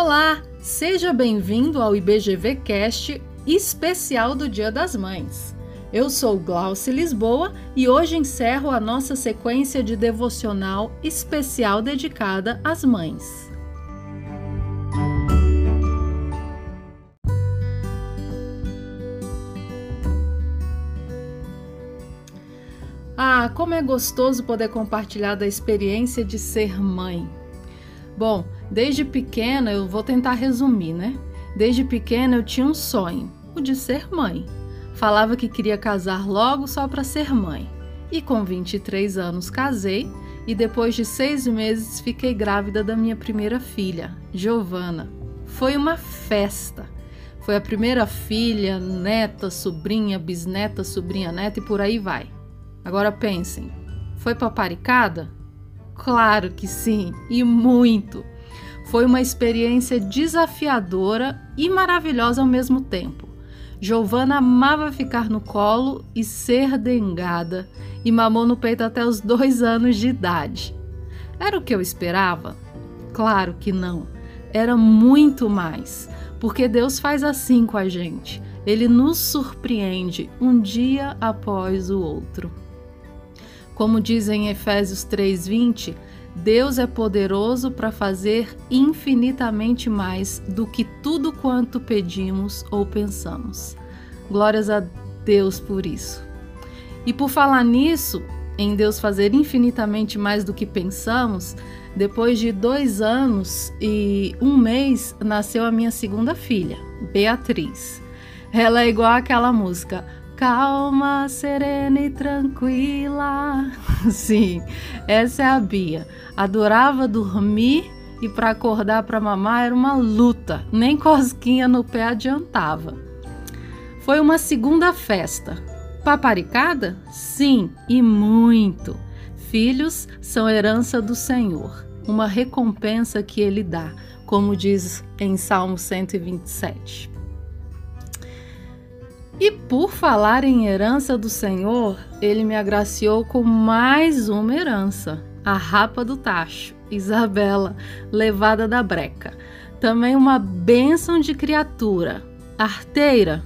Olá, seja bem-vindo ao IBGVcast especial do Dia das Mães. Eu sou Glauce Lisboa e hoje encerro a nossa sequência de devocional especial dedicada às mães. Como é gostoso poder compartilhar da experiência de ser mãe. Bom, desde pequena, eu vou tentar resumir, né? Desde pequena eu tinha um sonho, o de ser mãe. Falava que queria casar logo só para ser mãe. E com 23 anos casei e depois de 6 meses fiquei grávida da minha primeira filha, Giovana. Foi uma festa. Foi a primeira filha, neta, sobrinha, bisneta, sobrinha, neta e por aí vai. Agora pensem, foi paparicada? Claro que sim, e muito! Foi uma experiência desafiadora e maravilhosa ao mesmo tempo. Giovana amava ficar no colo e ser dengada, e mamou no peito até os 2 anos de idade. Era o que eu esperava? Claro que não. Era muito mais, porque Deus faz assim com a gente. Ele nos surpreende um dia após o outro. Como diz em Efésios 3:20, Deus é poderoso para fazer infinitamente mais do que tudo quanto pedimos ou pensamos. Glórias a Deus por isso. E por falar nisso, em Deus fazer infinitamente mais do que pensamos, depois de 2 anos e 1 mês, nasceu a minha segunda filha, Beatriz. Ela é igual àquela música, calma, serena e tranquila. Sim, essa é a Bia. Adorava dormir e para acordar para mamar era uma luta. Nem cosquinha no pé adiantava. Foi uma segunda festa. Paparicada? Sim, e muito. Filhos são herança do Senhor, uma recompensa que Ele dá, como diz em Salmo 127. E por falar em herança do Senhor, Ele me agraciou com mais uma herança, a rapa do tacho, Isabela, levada da breca. Também uma bênção de criatura, arteira.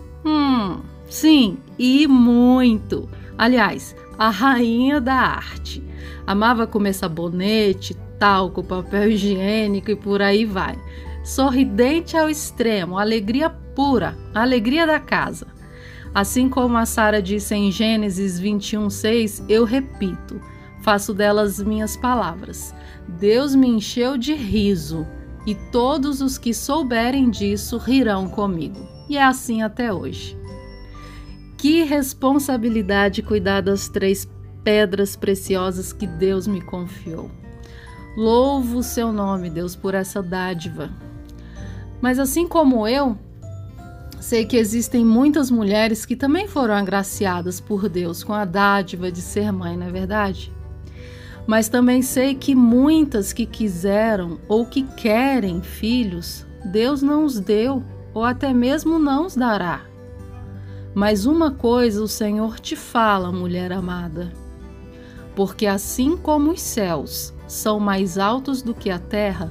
Sim, e muito. Aliás, a rainha da arte. Amava comer sabonete, talco, papel higiênico e por aí vai. Sorridente ao extremo, alegria pura, alegria da casa. Assim como a Sara disse em Gênesis 21:6, eu repito, faço delas minhas palavras. Deus me encheu de riso, e todos os que souberem disso rirão comigo. E é assim até hoje. Que responsabilidade cuidar das 3 pedras preciosas que Deus me confiou. Louvo o seu nome, Deus, por essa dádiva. Mas assim como eu, sei que existem muitas mulheres que também foram agraciadas por Deus com a dádiva de ser mãe, não é verdade? Mas também sei que muitas que quiseram ou que querem filhos, Deus não os deu ou até mesmo não os dará. Mas uma coisa o Senhor te fala, mulher amada, porque assim como os céus são mais altos do que a terra,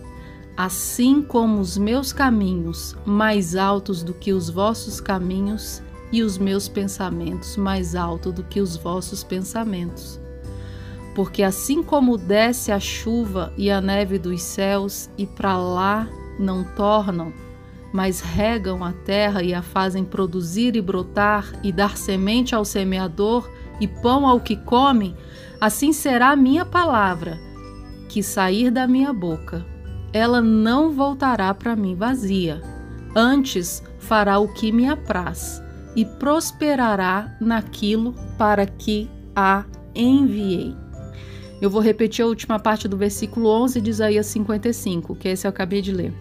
assim como os meus caminhos mais altos do que os vossos caminhos e os meus pensamentos mais altos do que os vossos pensamentos. Porque assim como desce a chuva e a neve dos céus e para lá não tornam, mas regam a terra e a fazem produzir e brotar e dar semente ao semeador e pão ao que come, assim será a minha palavra que sair da minha boca. Ela não voltará para mim vazia, antes fará o que me apraz e prosperará naquilo para que a enviei. Eu vou repetir a última parte do versículo 11 de Isaías 55, que esse eu acabei de ler.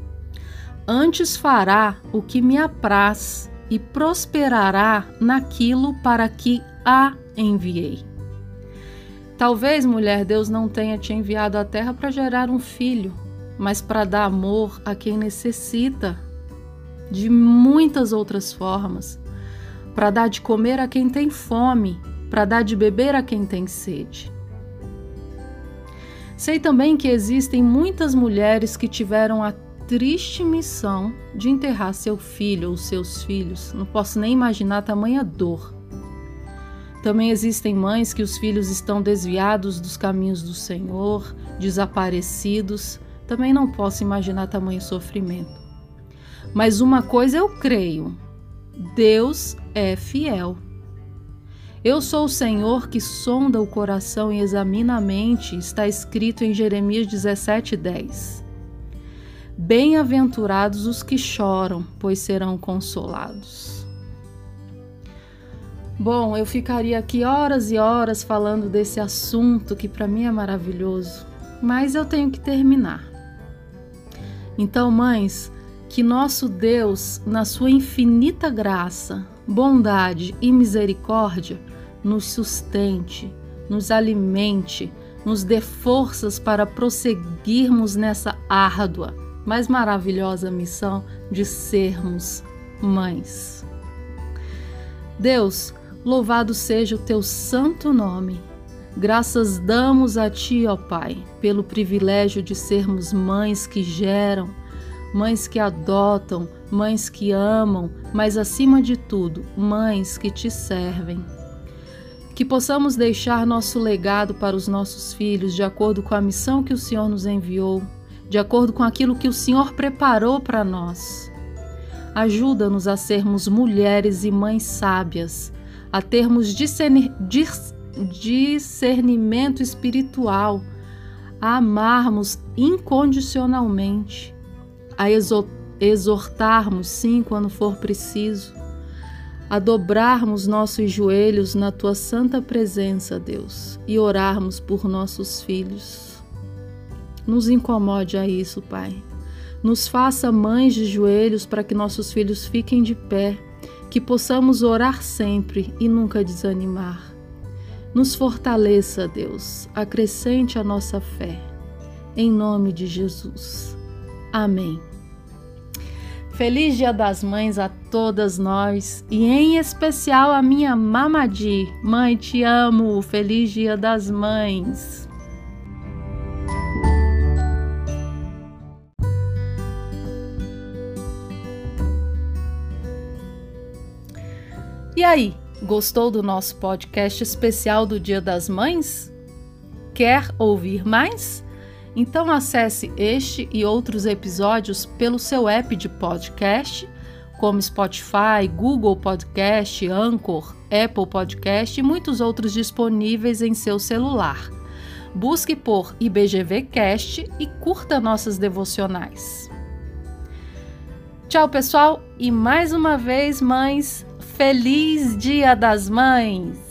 Antes fará o que me apraz e prosperará naquilo para que a enviei. Talvez, mulher, Deus não tenha te enviado à terra para gerar um filho, mas para dar amor a quem necessita, de muitas outras formas, para dar de comer a quem tem fome, para dar de beber a quem tem sede. Sei também que existem muitas mulheres que tiveram a triste missão de enterrar seu filho ou seus filhos. Não posso nem imaginar tamanha dor. Também existem mães que os filhos estão desviados dos caminhos do Senhor, desaparecidos. Também não posso imaginar tamanho sofrimento. Mas uma coisa eu creio: Deus é fiel. Eu sou o Senhor que sonda o coração e examina a mente, está escrito em Jeremias 17:10. Bem-aventurados os que choram, pois serão consolados. Bom, eu ficaria aqui horas e horas falando desse assunto que para mim é maravilhoso, mas eu tenho que terminar. Então, mães, que nosso Deus, na sua infinita graça, bondade e misericórdia, nos sustente, nos alimente, nos dê forças para prosseguirmos nessa árdua, mas maravilhosa missão de sermos mães. Deus, louvado seja o teu santo nome. Graças damos a ti, ó Pai, pelo privilégio de sermos mães que geram, mães que adotam, mães que amam, mas acima de tudo, mães que te servem. Que possamos deixar nosso legado para os nossos filhos de acordo com a missão que o Senhor nos enviou, de acordo com aquilo que o Senhor preparou para nós. Ajuda-nos a sermos mulheres e mães sábias, a termos discernimento espiritual, a amarmos incondicionalmente, a exortarmos sim quando for preciso, a dobrarmos nossos joelhos na tua santa presença, Deus, e orarmos por nossos filhos. Nos incomode a isso, Pai. Nos faça mães de joelhos para que nossos filhos fiquem de pé, que possamos orar sempre e nunca desanimar. Nos fortaleça, Deus, acrescente a nossa fé. Em nome de Jesus. Amém. Feliz Dia das Mães a todas nós e em especial a minha Mamadi. Mãe, te amo. Feliz Dia das Mães. E aí, gostou do nosso podcast especial do Dia das Mães? Quer ouvir mais? Então acesse este e outros episódios pelo seu app de podcast, como Spotify, Google Podcast, Anchor, Apple Podcast e muitos outros disponíveis em seu celular. Busque por IBGVcast e curta nossas devocionais. Tchau, pessoal, e mais uma vez, mães, feliz Dia das Mães!